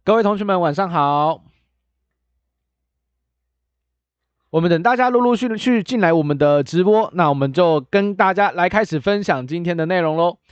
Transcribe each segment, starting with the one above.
各位同学们，晚上好。我们等大家陆陆续续进来我们的直播，那我们就跟大家来开始分享今天的内容咯。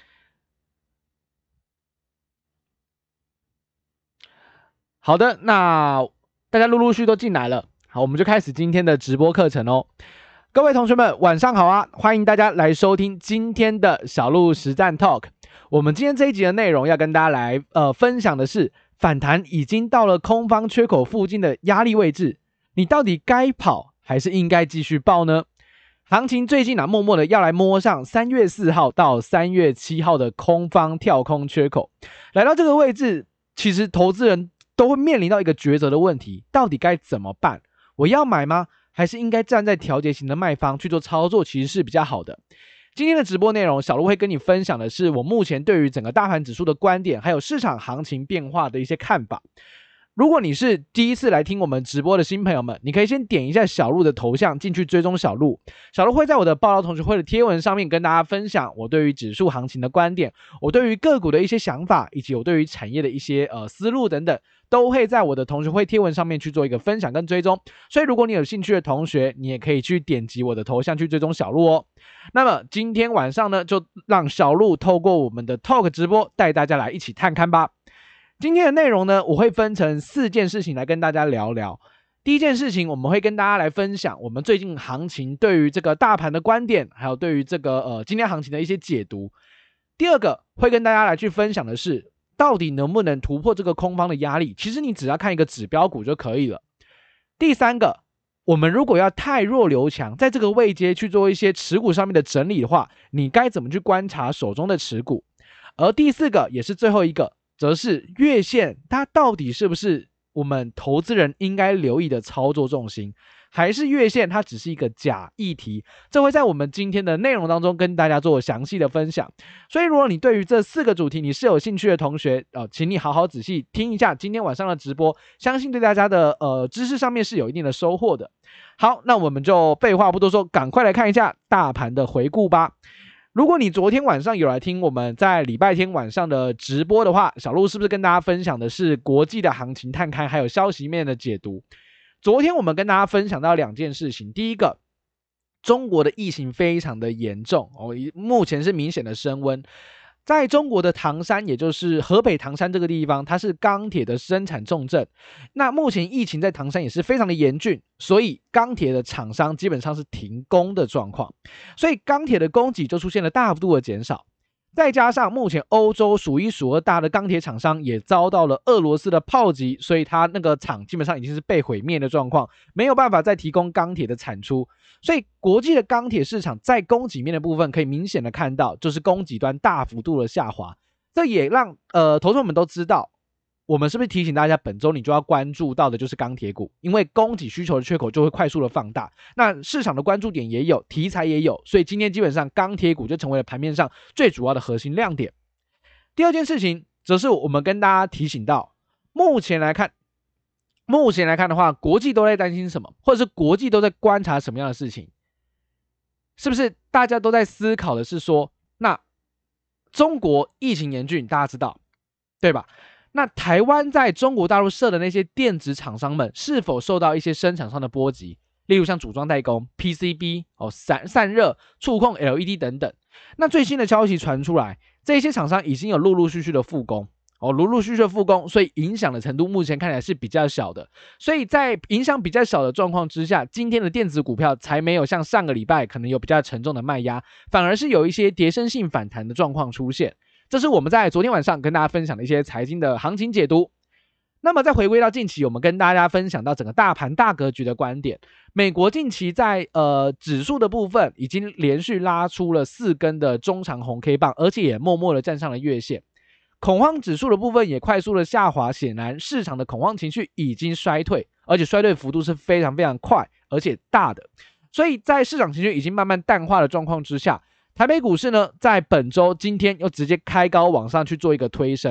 好的，那大家陆陆续都进来了，好，我们就开始今天的直播课程哦。各位同学们，晚上好啊！欢迎大家来收听今天的小鹿实战 Talk。我们今天这一集的内容要跟大家来分享的是，反弹已经到了空方缺口附近的压力位置，你到底该跑还是应该继续抱呢？行情最近默默的要来摸上3月4号到3月7号的空方跳空缺口，来到这个位置，其实投资人都会面临到一个抉择的问题，到底该怎么办？我要买吗？还是应该站在调节型的卖方去做操作，其实是比较好的。今天的直播内容，小鹿会跟你分享的是我目前对于整个大盘指数的观点，还有市场行情变化的一些看法。如果你是第一次来听我们直播的新朋友们，你可以先点一下小鹿的头像进去追踪小鹿。小鹿会在我的报道同学会的贴文上面跟大家分享我对于指数行情的观点，我对于个股的一些想法，以及我对于产业的一些思路等等，都会在我的同学会贴文上面去做一个分享跟追踪。所以如果你有兴趣的同学，你也可以去点击我的头像去追踪小鹿哦。那么今天晚上呢，就让小鹿透过我们的 Talk 直播带大家来一起探看吧。今天的内容呢，我会分成4件事情来跟大家聊聊。第一件事情，我们会跟大家来分享我们最近行情对于这个大盘的观点，还有对于这个今天行情的一些解读。第二个会跟大家来去分享的是，到底能不能突破这个空方的压力？其实你只要看一个指标股就可以了。第三个，我们如果要太弱留强，在这个位阶去做一些持股上面的整理的话，你该怎么去观察手中的持股？而第四个，也是最后一个，则是月线，它到底是不是我们投资人应该留意的操作重心，还是月线它只是一个假议题？这会在我们今天的内容当中跟大家做详细的分享。所以如果你对于这4个主题你是有兴趣的同学，请你好好仔细听一下今天晚上的直播，相信对大家的知识上面是有一定的收获的。好，那我们就废话不多说，赶快来看一下大盘的回顾吧。如果你昨天晚上有来听我们在礼拜天晚上的直播的话，小鹿是不是跟大家分享的是国际的行情探勘，还有消息面的解读？昨天我们跟大家分享到2件事情，第一个，中国的疫情非常的严重目前是明显的升温。在中国的唐山，也就是河北唐山这个地方，它是钢铁的生产重镇。那目前疫情在唐山也是非常的严峻，所以钢铁的厂商基本上是停工的状况，所以钢铁的供给就出现了大幅度的减少。再加上目前欧洲数1数2大的钢铁厂商也遭到了俄罗斯的炮击，所以它那个厂基本上已经是被毁灭的状况，没有办法再提供钢铁的产出。所以国际的钢铁市场在供给面的部分可以明显的看到，就是供给端大幅度的下滑。这也让投资者们都知道，我们是不是提醒大家，本周你就要关注到的就是钢铁股，因为供给需求的缺口就会快速的放大，那市场的关注点也有，题材也有，所以今天基本上钢铁股就成为了盘面上最主要的核心亮点。第二件事情则是我们跟大家提醒到，目前来看的话，国际都在担心什么，或者是国际都在观察什么样的事情？是不是大家都在思考的是说，那中国疫情严峻，大家知道对吧？那台湾在中国大陆设的那些电子厂商们是否受到一些生产上的波及？例如像组装代工、PCB、散热、触控 LED 等等。那最新的消息传出来，这些厂商已经有陆陆续续的复工，所以影响的程度目前看起来是比较小的。所以在影响比较小的状况之下，今天的电子股票才没有像上个礼拜可能有比较沉重的卖压，反而是有一些跌升性反弹的状况出现。这是我们在昨天晚上跟大家分享的一些财经的行情解读。那么再回归到近期，我们跟大家分享到整个大盘大格局的观点。美国近期在指数的部分已经连续拉出了4根的中长红 K 棒，而且也默默的站上了月线。恐慌指数的部分也快速的下滑，显然市场的恐慌情绪已经衰退，而且衰退幅度是非常非常快而且大的。所以在市场情绪已经慢慢淡化的状况之下，台北股市呢，在本周今天又直接开高往上去做一个推升。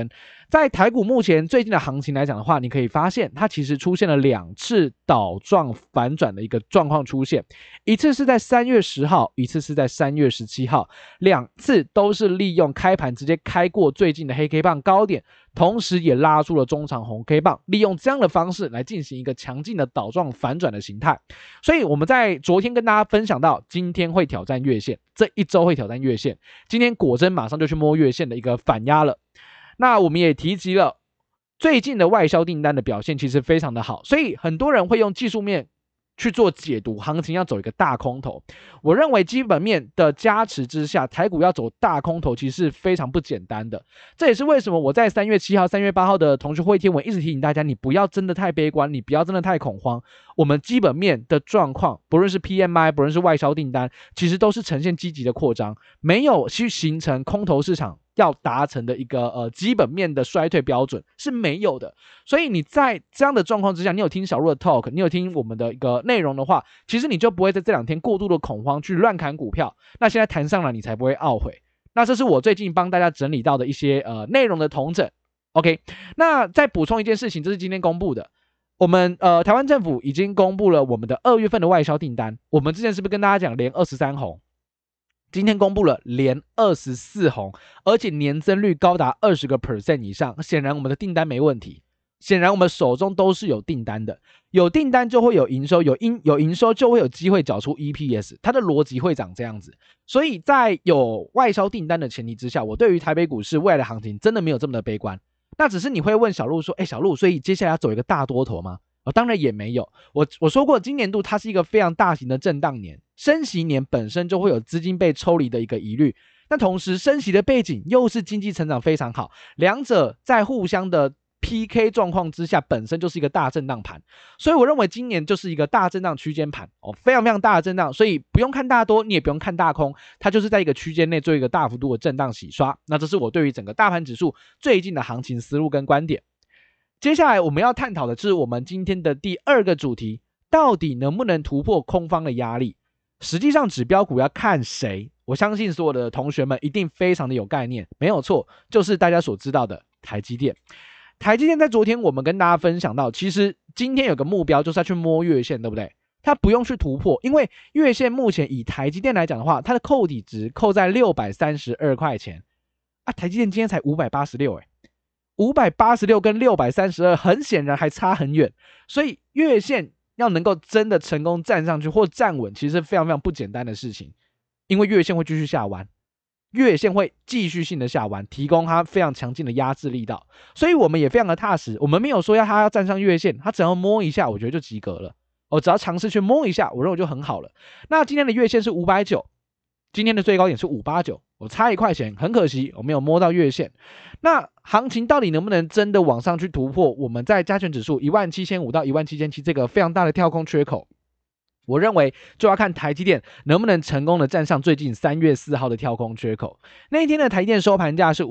在台股目前最近的行情来讲的话，你可以发现它其实出现了2次倒状反转的一个状况出现，一次是在3月10号，一次是在3月17号，2次都是利用开盘直接开过最近的黑 K 棒高点，同时也拉出了中长红 K 棒，利用这样的方式来进行一个强劲的倒状反转的形态。所以我们在昨天跟大家分享到，今天会挑战月线，这一周会挑战月线，今天果真马上就去摸月线的一个反压了。那我们也提及了最近的外销订单的表现其实非常的好，所以很多人会用技术面去做解读，行情要走一个大空头。我认为基本面的加持之下，台股要走大空头其实是非常不简单的。这也是为什么我在3月7号、3月8号的同学会贴文一直提醒大家，你不要真的太悲观，你不要真的太恐慌。我们基本面的状况，不论是 PMI， 不论是外销订单，其实都是呈现积极的扩张，没有去形成空头市场要达成的一个基本面的衰退标准是没有的。所以你在这样的状况之下，你有听小鹿的 talk， 你有听我们的一个内容的话，其实你就不会在这2天过度的恐慌去乱砍股票，那现在弹上来你才不会懊悔。那这是我最近帮大家整理到的一些内容的统整。 OK， 那再补充一件事情，这是今天公布的，我们台湾政府已经公布了我们的2月份的外销订单，我们之前是不是跟大家讲连23红，今天公布了连24红，而且年增率高达20% 以上，显然我们的订单没问题，显然我们手中都是有订单的，有订单就会有营收，有营收就会有机会缴出 EPS， 它的逻辑会长这样子。所以在有外销订单的前提之下，我对于台北股市未来的行情真的没有这么的悲观。那只是你会问小鹿说，小鹿，所以接下来要走一个大多头吗？当然也没有，我说过今年度它是一个非常大型的震荡年，升息年本身就会有资金被抽离的一个疑虑，那同时升息的背景又是经济成长非常好，两者在互相的 PK 状况之下，本身就是一个大震荡盘，所以我认为今年就是一个大震荡区间盘非常非常大的震荡，所以不用看大多，你也不用看大空，它就是在一个区间内做一个大幅度的震荡洗刷。那这是我对于整个大盘指数最近的行情思路跟观点。接下来我们要探讨的是我们今天的第2个主题，到底能不能突破空方的压力？实际上指标股要看谁？我相信所有的同学们一定非常的有概念，没有错，就是大家所知道的台积电。台积电在昨天我们跟大家分享到，其实今天有个目标就是要去摸月线，对不对？它不用去突破，因为月线目前以台积电来讲的话，它的扣底值扣在632块钱啊，台积电今天才586 586跟632很显然还差很远，所以月线要能够真的成功站上去或站稳，其实是非常非常不简单的事情，因为月线会继续下弯，月线会继续性的下弯，提供它非常强劲的压制力道，所以我们也非常的踏实，我们没有说它要站上月线，它只要摸一下，我觉得就及格了，只要尝试去摸一下，我认为就很好了。那今天的月线是590，今天的最高点是589，我差1块钱，很可惜我没有摸到月线。那行情到底能不能真的往上去突破我们在加权指数17500到17700这个非常大的跳空缺口？我认为就要看台积电能不能成功的站上最近3月4号的跳空缺口。那一天的台积电收盘价是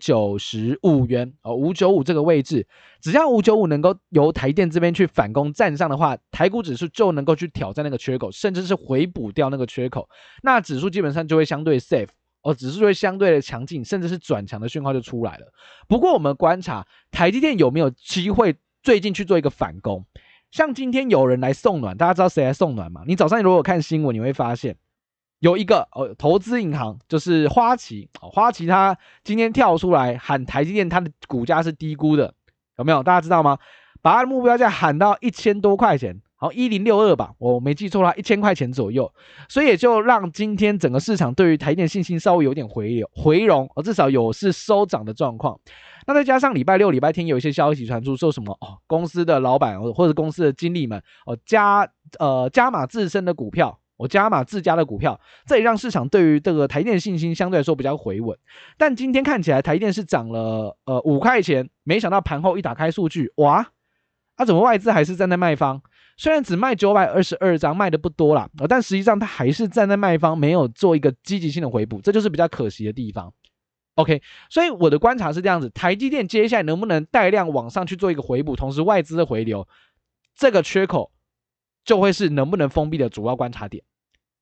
595元595这个位置，只要595能够由台积电这边去反攻站上的话，台股指数就能够去挑战那个缺口，甚至是回补掉那个缺口，那指数基本上就会相对 safe，指数会相对的强劲，甚至是转强的讯号就出来了。不过我们观察台积电有没有机会最近去做一个反攻，像今天有人来送暖，大家知道谁来送暖吗？你早上如果看新闻，你会发现有一个投资银行，就是花旗，花旗它今天跳出来喊台积电它的股价是低估的，有没有？大家知道吗？把它的目标价喊到1000多块钱，好1062吧，我没记错啦，1000块钱左右，所以也就让今天整个市场对于台积电信心稍微有点回笼，至少有是收涨的状况。那再加上礼拜六、礼拜天有一些消息传出，说什么公司的老板或者公司的经理们加码自身的股票，加码自家的股票，这也让市场对于这个台积电信心相对来说比较回稳。但今天看起来台积电是涨了5块钱，没想到盘后一打开数据，哇，怎么外资还是站在卖方？虽然只卖922张，卖的不多啦，但实际上它还是站在卖方，没有做一个积极性的回补，这就是比较可惜的地方。OK， 所以我的观察是这样子，台积电接下来能不能带量往上去做一个回补，同时外资的回流，这个缺口就会是能不能封闭的主要观察点。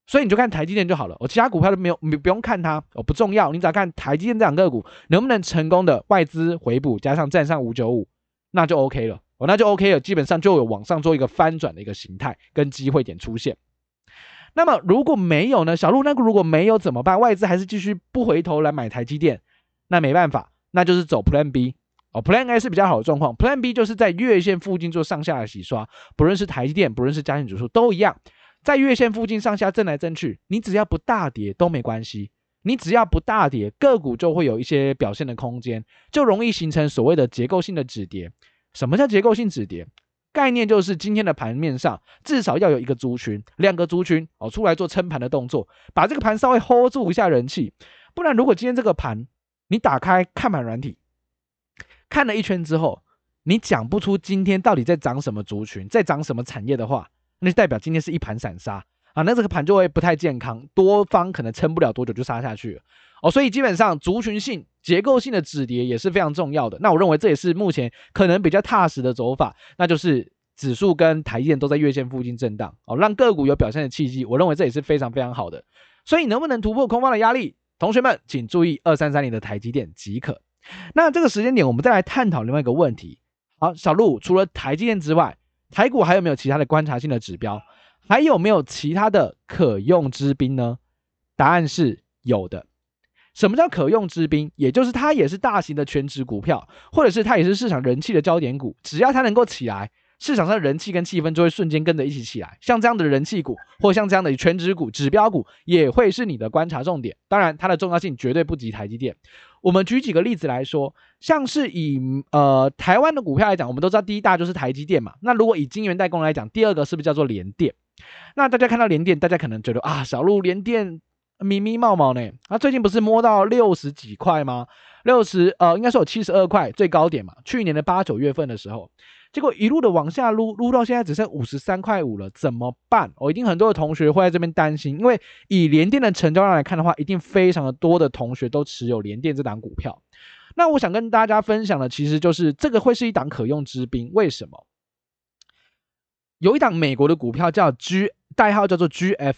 所以你就看台积电就好了，其他股票都没有，你不用看它，不重要，你只要看台积电这两个股能不能成功的外资回补，加上站上595，那就 OK 了，那就 OK 了，基本上就有往上做一个翻转的一个形态跟机会点出现。那么如果没有呢，小路，那如果没有怎么办？外资还是继续不回头来买台积电，那没办法，那就是走 Plan B。Plan A 是比较好的状况 ，Plan B 就是在月线附近做上下的洗刷，不论是台积电，不论是加权指数都一样，在月线附近上下震来震去，你只要不大跌都没关系，你只要不大跌，个股就会有一些表现的空间，就容易形成所谓的结构性的止跌。什么叫结构性止跌？概念就是今天的盘面上至少要有一个族群、两个族群出来做撑盘的动作，把这个盘稍微 hold 住一下人气，不然如果今天这个盘你打开看盘软体，看了一圈之后，你讲不出今天到底在涨什么族群，在涨什么产业的话，那就代表今天是一盘散沙那这个盘就会不太健康，多方可能撑不了多久就杀下去了所以基本上族群性、结构性的止跌也是非常重要的。那我认为这也是目前可能比较踏实的走法，那就是指数跟台积电都在月线附近震荡让个股有表现的契机，我认为这也是非常非常好的。所以能不能突破空方的压力，同学们请注意2330的台积电即可。那这个时间点我们再来探讨另外一个问题。好，小路，除了台积电之外，台股还有没有其他的观察性的指标？还有没有其他的可用之兵呢？答案是有的。什么叫可用之兵？也就是它也是大型的全值股票，或者是它也是市场人气的焦点股，只要它能够起来，市场上的人气跟气氛就会瞬间跟着一起起来。像这样的人气股，或像这样的全值股、指标股，也会是你的观察重点。当然，它的重要性绝对不及台积电。我们举几个例子来说，像是以台湾的股票来讲，我们都知道第一大就是台积电嘛。那如果以晶圆代工来讲，第二个是不是叫做联电？那大家看到联电，大家可能觉得小路联电咪咪冒冒呢，最近不是摸到60几块吗？应该是有72块最高点嘛，去年的8、9月份的时候，结果一路的往下撸到现在只剩53块5了，怎么办？一定很多的同学会在这边担心，因为以联电的成交量来看的话，一定非常的多的同学都持有联电这档股票。那我想跟大家分享的其实就是这个会是一档可用之兵，为什么？有一档美国的股票叫代号叫做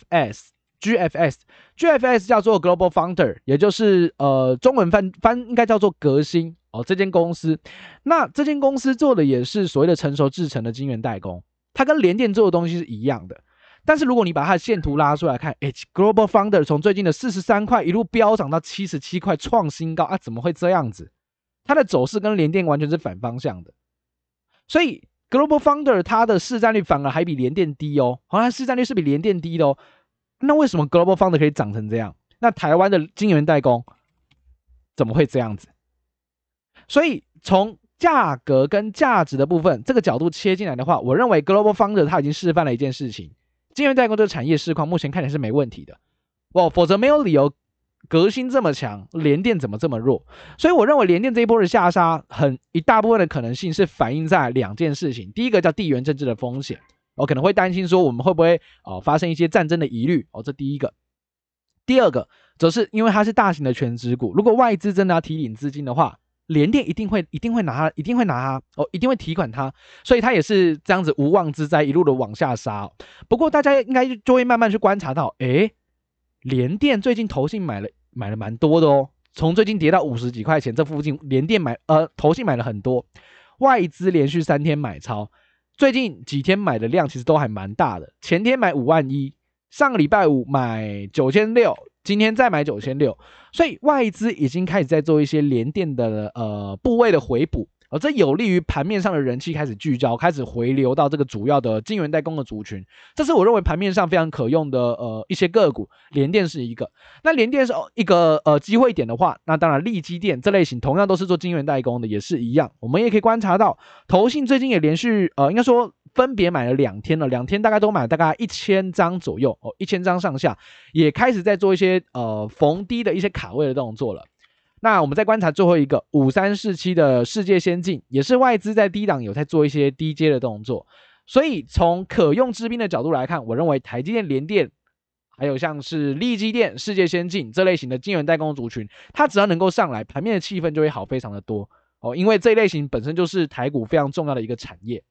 GFS 叫做 Global Founder， 也就是中文翻应该叫做革新这间公司。那这间公司做的也是所谓的成熟制程的晶圆代工，它跟联电做的东西是一样的。但是如果你把它的线图拉出来看，Global Founder 从最近的43块一路飙涨到77块创新高怎么会这样子？它的走势跟联电完全是反方向的，所以Global Founder 它的市占率反而还比联电低它市占率是比联电低的那为什么 Global Founder 可以涨成这样？那台湾的晶圆代工怎么会这样子？所以从价格跟价值的部分这个角度切进来的话，我认为 Global Founder 它已经示范了一件事情，晶圆代工这个产业市况目前看起来是没问题的否则没有理由革新这么强，联电怎么这么弱？所以我认为联电这一波的下杀，一大部分的可能性是反映在两件事情。第一个叫地缘政治的风险，可能会担心说我们会不会发生一些战争的疑虑这第一个。第二个则是因为它是大型的全值股，如果外资真的要提领资金的话，联电一定会拿它，一定会提款它，所以它也是这样子无妄之灾一路的往下杀不过大家应该就会慢慢去观察到，联电最近投信买了蛮多的从最近跌到50几块钱这附近，联电投信买了很多，外资连续3天买超，最近几天买的量其实都还蛮大的，前天买5万1，上个礼拜五买9600，今天再买9600，所以外资已经开始在做一些联电的部位的回补这有利于盘面上的人气开始聚焦，开始回流到这个主要的晶圆代工的族群，这是我认为盘面上非常可用的一些个股，联电是一个。那联电是一个机会点的话，那当然力积电这类型同样都是做晶圆代工的，也是一样。我们也可以观察到，投信最近也连续应该说分别买了2天了，2天大概都买了大概1000张左右1000张上下，也开始在做一些逢低的一些卡位的动作了。那我们再观察最后一个5347的世界先进，也是外资在低档有在做一些低阶的动作，所以从可用之兵的角度来看，我认为台积电、联电还有像是力积电、世界先进这类型的晶圆代工族群，它只要能够上来，盘面的气氛就会好非常的多因为这一类型本身就是台股非常重要的一个产业，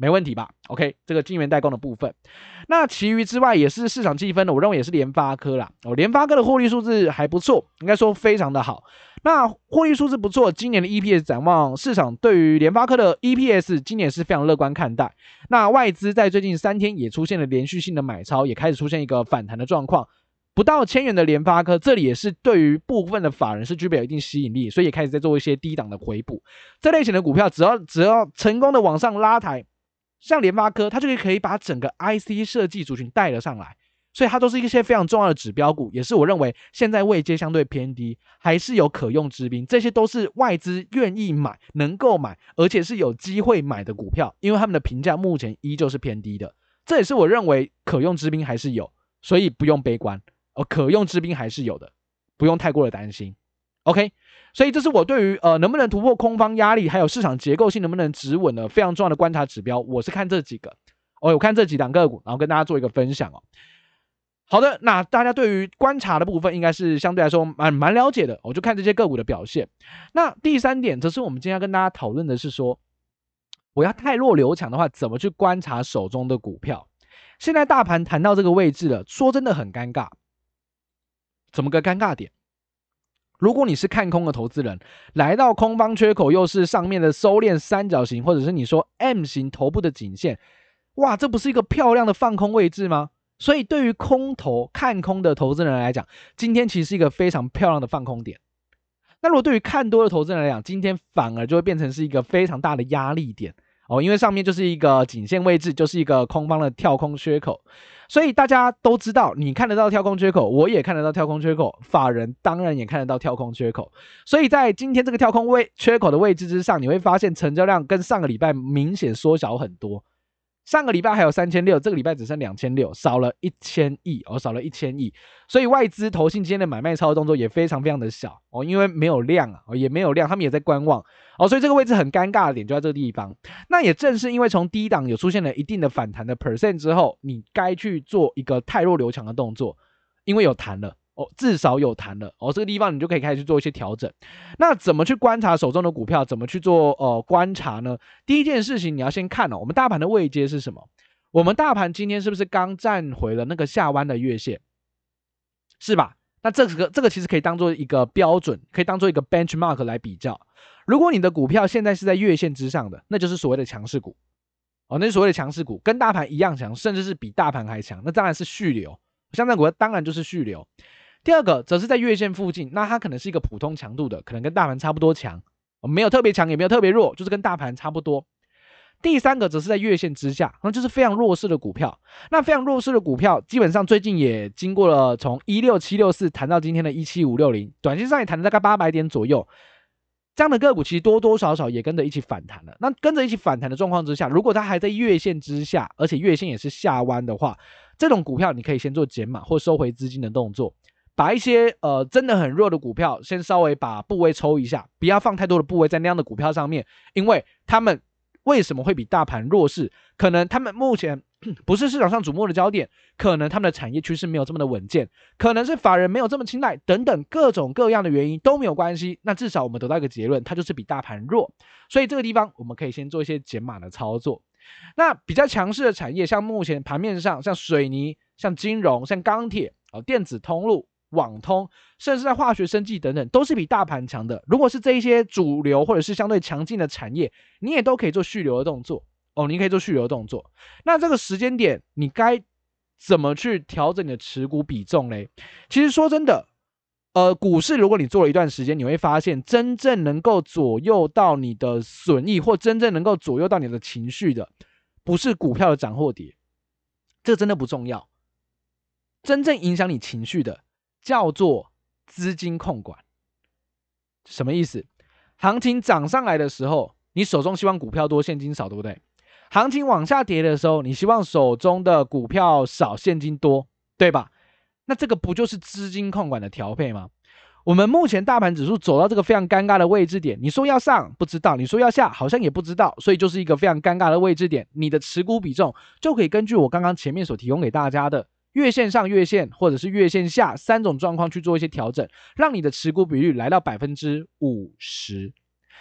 没问题吧 ？OK， 这个晶圆代工的部分，那其余之外也是市场气氛的，我认为也是联发科啦。联发科的获利数字还不错，应该说非常的好。那获利数字不错，今年的 EPS 展望，市场对于联发科的 EPS 今年是非常乐观看待。那外资在最近3天也出现了连续性的买超，也开始出现一个反弹的状况。不到1000元的联发科，这里也是对于部分的法人是具备有一定吸引力，所以也开始在做一些低档的回补。这类型的股票只要成功的往上拉抬，像联发科，它就可以把整个 IC 设计族群带了上来，所以它都是一些非常重要的指标股，也是我认为现在位阶相对偏低，还是有可用之兵，这些都是外资愿意买、能够买，而且是有机会买的股票，因为他们的评价目前依旧是偏低的，这也是我认为可用之兵还是有，所以不用悲观，可用之兵还是有的，不用太过的担心。OK， 所以这是我对于能不能突破空方压力，还有市场结构性能不能止稳的非常重要的观察指标。我是看这几个，我看这几档个股，然后跟大家做一个分享哦。好的，那大家对于观察的部分应该是相对来说蛮了解的，我就看这些个股的表现。那第3点则是我们今天要跟大家讨论的是说，我要汰弱留强的话，怎么去观察手中的股票？现在大盘谈到这个位置了，说真的很尴尬。怎么个尴尬点？如果你是看空的投资人，来到空方缺口又是上面的收敛三角形，或者是你说 M 型头部的颈线，哇，这不是一个漂亮的放空位置吗？所以对于空头看空的投资人来讲，今天其实是一个非常漂亮的放空点。那如果对于看多的投资人来讲，今天反而就会变成是一个非常大的压力点因为上面就是一个颈线位置，就是一个空方的跳空缺口。所以大家都知道，你看得到跳空缺口，我也看得到跳空缺口，法人当然也看得到跳空缺口。所以在今天这个跳空缺口的位置之上，你会发现成交量跟上个礼拜明显缩小很多。上个礼拜还有3600，这个礼拜只剩2600，少了1000亿少了1000亿。所以外资投信今天的买卖超动作也非常非常的小因为没有量也没有量，他们也在观望所以这个位置很尴尬的点就在这个地方。那也正是因为从低档有出现了一定的反弹的 % 之后，你该去做一个汰弱留强的动作，因为有弹了至少有弹了这个地方你就可以开始去做一些调整。那怎么去观察手中的股票？怎么去做观察呢？第一件事情你要先看我们大盘的位阶是什么？我们大盘今天是不是刚站回了那个下弯的月线？是吧？那这个其实可以当做一个标准，可以当做一个 benchmark 来比较。如果你的股票现在是在月线之上的，那就是所谓的强势股那是所谓的强势股，跟大盘一样强，甚至是比大盘还强，那当然是续流。像这股当然就是续流。第二个则是在月线附近，那它可能是一个普通强度的，可能跟大盘差不多强没有特别强也没有特别弱，就是跟大盘差不多。第三个则是在月线之下，那就是非常弱势的股票。那非常弱势的股票基本上最近也经过了从16764谈到今天的17560，短线上也谈了大概800点左右。这样的个股其实多多少少也跟着一起反弹了。那跟着一起反弹的状况之下，如果它还在月线之下，而且月线也是下弯的话，这种股票你可以先做减码或收回资金的动作，把一些真的很弱的股票先稍微把部位抽一下，不要放太多的部位在那样的股票上面，因为他们为什么会比大盘弱势？可能他们目前不是市场上瞩目的焦点，可能他们的产业趋势没有这么的稳健，可能是法人没有这么青睐，等等各种各样的原因都没有关系。那至少我们得到一个结论，它就是比大盘弱。所以这个地方我们可以先做一些减码的操作。那比较强势的产业，像目前盘面上，像水泥、像金融、像钢铁、电子通路、网通，甚至在化学生技等等，都是比大盘强的。如果是这一些主流或者是相对强劲的产业，你也都可以做续流的动作你可以做续流的动作。那这个时间点，你该怎么去调整你的持股比重呢？其实说真的，股市如果你做了一段时间，你会发现真正能够左右到你的损益，或真正能够左右到你的情绪的，不是股票的涨或跌，这真的不重要。真正影响你情绪的叫做资金控管。什么意思？行情涨上来的时候，你手中希望股票多现金少，对不对？行情往下跌的时候，你希望手中的股票少现金多，对吧？那这个不就是资金控管的调配吗？我们目前大盘指数走到这个非常尴尬的位置点，你说要上不知道，你说要下好像也不知道，所以就是一个非常尴尬的位置点。你的持股比重就可以根据我刚刚前面所提供给大家的月线上、月线或者是月线下3种状况去做一些调整，让你的持股比率来到 50%。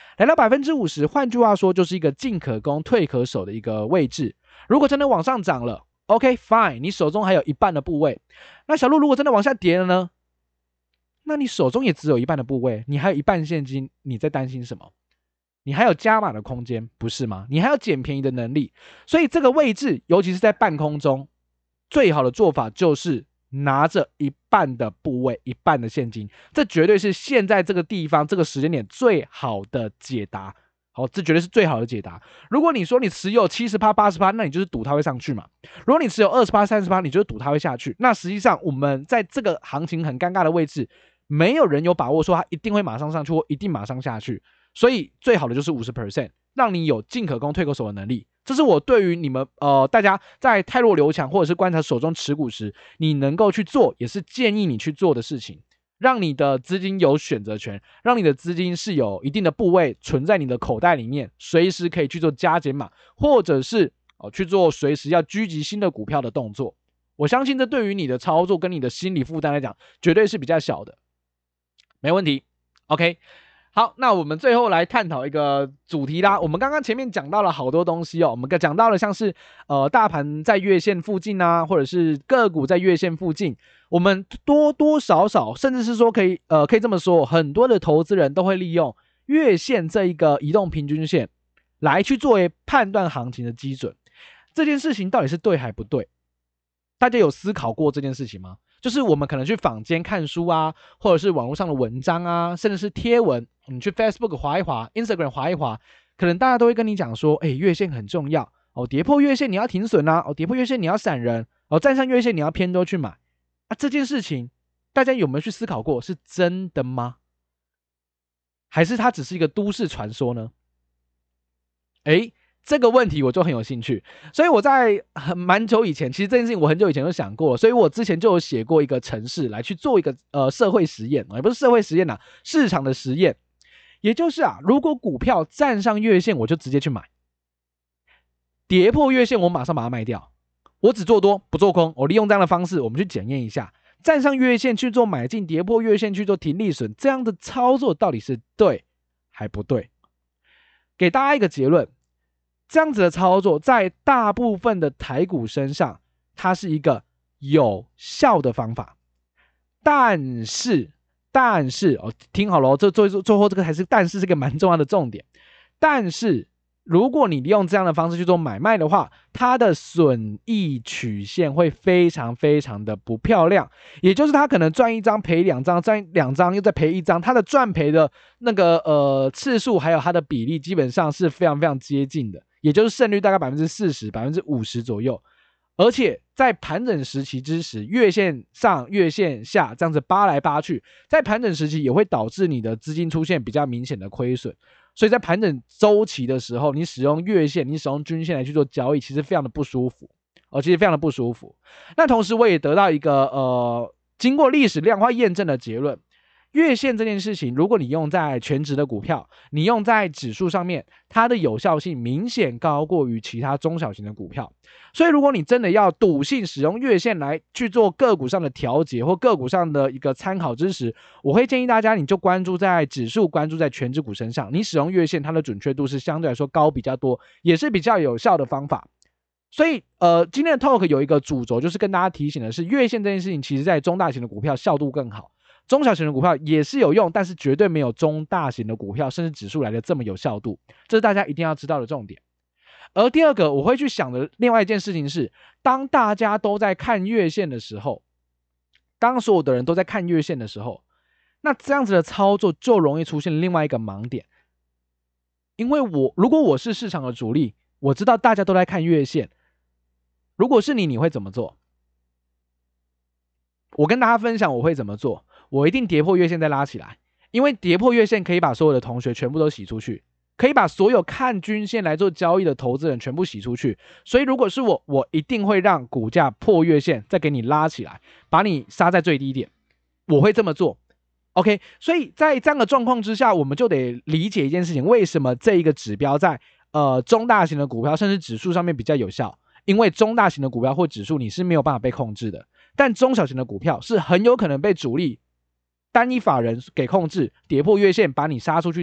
来到 50%， 换句话说就是一个进可攻退可守的一个位置。如果真的往上涨了 OK fine， 你手中还有一半的部位。那小鹿如果真的往下跌了呢，那你手中也只有一半的部位，你还有一半现金，你在担心什么？你还有加码的空间，不是吗？你还有捡便宜的能力。所以这个位置尤其是在半空中，最好的做法就是拿着一半的部位，一半的现金，这绝对是现在这个地方这个时间点最好的解答。好，这绝对是最好的解答。如果你说你持有 70%、80%， 那你就是赌它会上去嘛。如果你持有 20%、30%， 你就是赌它会下去。那实际上我们在这个行情很尴尬的位置，没有人有把握说它一定会马上上去或一定马上下去。所以最好的就是 50%， 让你有进可攻退可守的能力。这是我对于你们大家在太弱留强或者是观察手中持股时，你能够去做，也是建议你去做的事情。让你的资金有选择权，让你的资金是有一定的部位存在你的口袋里面，随时可以去做加减码，或者是去做随时要狙击新的股票的动作。我相信这对于你的操作跟你的心理负担来讲，绝对是比较小的。没问题 ，OK。好，那我们最后来探讨一个主题啦。我们刚刚前面讲到了好多东西哦，我们讲到了像是大盘在月线附近啊，或者是个股在月线附近，我们多多少少，甚至是说可以这么说，很多的投资人都会利用月线这一个移动平均线来去作为判断行情的基准。这件事情到底是对还不对？大家有思考过这件事情吗？就是我们可能去坊间看书啊，或者是网络上的文章啊，甚至是贴文，你去 Facebook 滑一滑 ，Instagram 滑一滑，可能大家都会跟你讲说，月线很重要哦，跌破月线你要停损啊，哦，跌破月线你要闪人，哦，站上月线你要偏多去买啊。这件事情大家有没有去思考过，是真的吗？还是它只是一个都市传说呢？这个问题我就很有兴趣，所以我在蛮久以前，其实这件事情我很久以前就想过了，所以我之前就有写过一个程式来去做一个社会实验，也不是社会实验啦，市场的实验，也就是如果股票站上月线，我就直接去买，跌破月线我马上把它卖掉，我只做多不做空，我利用这样的方式，我们去检验一下，站上月线去做买进，跌破月线去做停利损，这样的操作到底是对还不对？给大家一个结论。这样子的操作在大部分的台股身上，它是一个有效的方法。但是听好了，最后这个才是但是这个蛮重要的重点。但是如果你利用这样的方式去做买卖的话，它的损益曲线会非常非常的不漂亮，也就是它可能赚一张赔两张，赚两张又再赔一张，它的赚赔的那个次数还有它的比例基本上是非常非常接近的，也就是胜率大概 40%、50% 左右。而且在盘整时期之时，月线上月线下这样子扒来扒去，在盘整时期也会导致你的资金出现比较明显的亏损。所以在盘整周期的时候，你使用月线，你使用均线来去做交易，其实非常的不舒服，其实非常的不舒服。那同时我也得到一个经过历史量化验证的结论，月线这件事情，如果你用在全值的股票，你用在指数上面，它的有效性明显高过于其他中小型的股票。所以如果你真的要笃信使用月线来去做个股上的调节或个股上的一个参考之时，我会建议大家你就关注在指数，关注在全指股身上，你使用月线它的准确度是相对来说高比较多，也是比较有效的方法。所以今天的 talk 有一个主轴，就是跟大家提醒的是，月线这件事情其实在中大型的股票效度更好，中小型的股票也是有用，但是绝对没有中大型的股票甚至指数来的这么有效度，这是大家一定要知道的重点。而第二个我会去想的另外一件事情是，当大家都在看月线的时候，当所有的人都在看月线的时候，那这样子的操作就容易出现另外一个盲点。因为如果我是市场的主力，我知道大家都在看月线，如果是你会怎么做？我跟大家分享我会怎么做，我一定跌破月线再拉起来，因为跌破月线可以把所有的同学全部都洗出去，可以把所有看均线来做交易的投资人全部洗出去。所以如果是我一定会让股价破月线再给你拉起来，把你杀在最低点，我会这么做。OK， 所以在这样的状况之下，我们就得理解一件事情，为什么这一个指标在中大型的股票甚至指数上面比较有效？因为中大型的股票或指数你是没有办法被控制的，但中小型的股票是很有可能被主力单一法人给控制，跌破月线把你杀出去之后，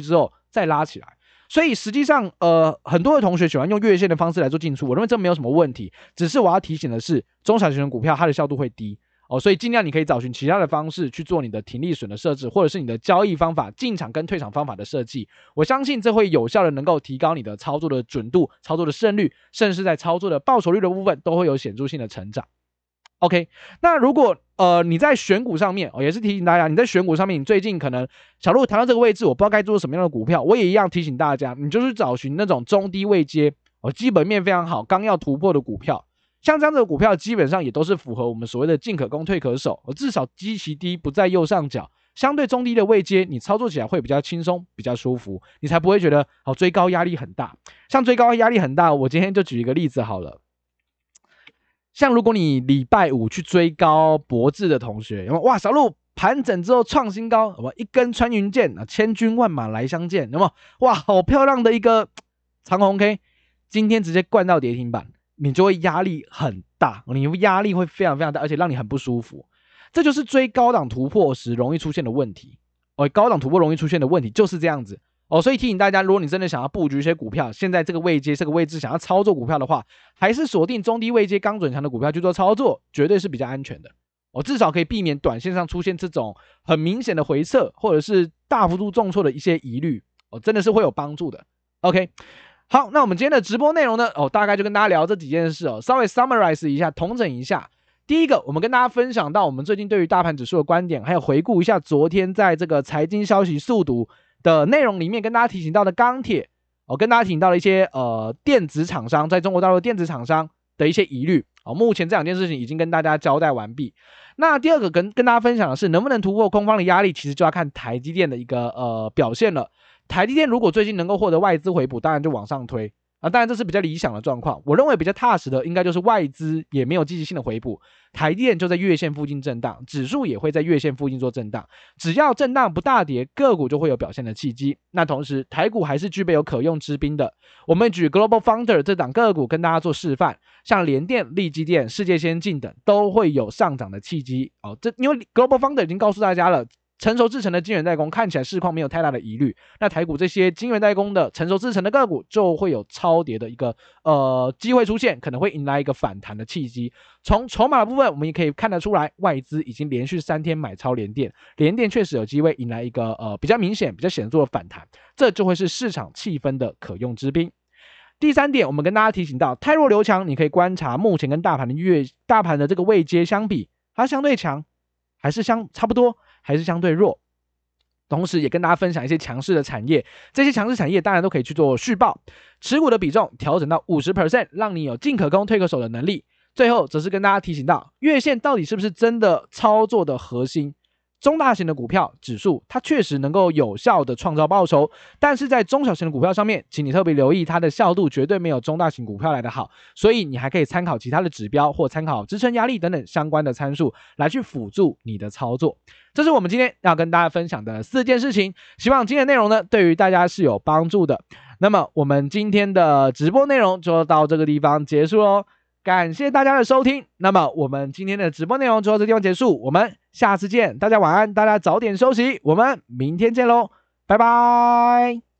再拉起来。所以实际上，很多的同学喜欢用月线的方式来做进出，我认为这没有什么问题。只是我要提醒的是，中小型的股票它的效度会低所以尽量你可以找寻其他的方式去做你的停利损的设置，或者是你的交易方法、进场跟退场方法的设计。我相信这会有效的能够提高你的操作的准度、操作的胜率，甚至是在操作的报酬率的部分都会有显著性的成长。OK， 那如果你在选股上面也是提醒大家，你在选股上面，你最近可能小路谈到这个位置，我不知道该做什么样的股票，我也一样提醒大家，你就是找寻那种中低位阶基本面非常好、刚要突破的股票。像这样子的股票，基本上也都是符合我们所谓的进可攻退可守，至少基期低不在右上角，相对中低的位阶，你操作起来会比较轻松、比较舒服，你才不会觉得追高压力很大。像追高压力很大，我今天就举一个例子好了。像如果你礼拜五去追高博智的同学，有没有？哇，小路盘整之后创新高，有没有？一根穿云箭千军万马来相见，有没有？哇，好漂亮的一个长红 K， 今天直接灌到跌停板，你就会压力很大，你压力会非常非常大，而且让你很不舒服。这就是追高档突破时容易出现的问题。高档突破容易出现的问题就是这样子。所以提醒大家，如果你真的想要布局一些股票，现在这个位阶、这个位置想要操作股票的话，还是锁定中低位阶刚转强的股票去做操作，绝对是比较安全的。至少可以避免短线上出现这种很明显的回撤，或者是大幅度重挫的一些疑虑，真的是会有帮助的。OK， 好，那我们今天的直播内容呢，大概就跟大家聊这几件事稍微 summarize 一下，统整一下。第一个，我们跟大家分享到我们最近对于大盘指数的观点，还有回顾一下昨天在这个财经消息速读的内容里面跟大家提醒到的钢铁跟大家提醒到的一些电子厂商，在中国大陆的电子厂商的一些疑虑目前这两件事情已经跟大家交代完毕。那第二个跟大家分享的是，能不能突破空方的压力，其实就要看台积电的一个表现了。台积电如果最近能够获得外资回补，当然就往上推当然这是比较理想的状况。我认为比较踏实的应该就是外资也没有积极性的回补，台积电就在月线附近震荡，指数也会在月线附近做震荡，只要震荡不大跌，个股就会有表现的契机。那同时台股还是具备有可用之兵的，我们举 Global Founder 这档个股跟大家做示范，像联电、力积电、世界先进等都会有上涨的契机因为 Global Founder 已经告诉大家了，成熟制程的晶圆代工看起来市况没有太大的疑虑，那台股这些晶圆代工的成熟制程的个股就会有超跌的一个机会出现，可能会迎来一个反弹的契机。从筹码的部分我们也可以看得出来，外资已经连续3天买超联电，联电确实有机会迎来一个比较明显比较显著的反弹，这就会是市场气氛的可用之兵。第三点，我们跟大家提醒到，太弱留强，你可以观察目前跟大盘的这个位阶相比，它相对强还是差不多，还是相对弱。同时也跟大家分享一些强势的产业，这些强势产业当然都可以去做续报，持股的比重调整到 50%， 让你有进可攻退可守的能力。最后则是跟大家提醒到，月线到底是不是真的操作的核心？中大型的股票指数它确实能够有效的创造报酬，但是在中小型的股票上面，请你特别留意它的效度绝对没有中大型股票来的好，所以你还可以参考其他的指标或参考支撑压力等等相关的参数来去辅助你的操作。这是我们今天要跟大家分享的4件事情，希望今天的内容呢对于大家是有帮助的。那么我们今天的直播内容就到这个地方结束咯，感谢大家的收听。那么我们今天的直播内容就到这个地方结束，我们下次见，大家晚安，大家早点休息，我们明天见咯，拜拜。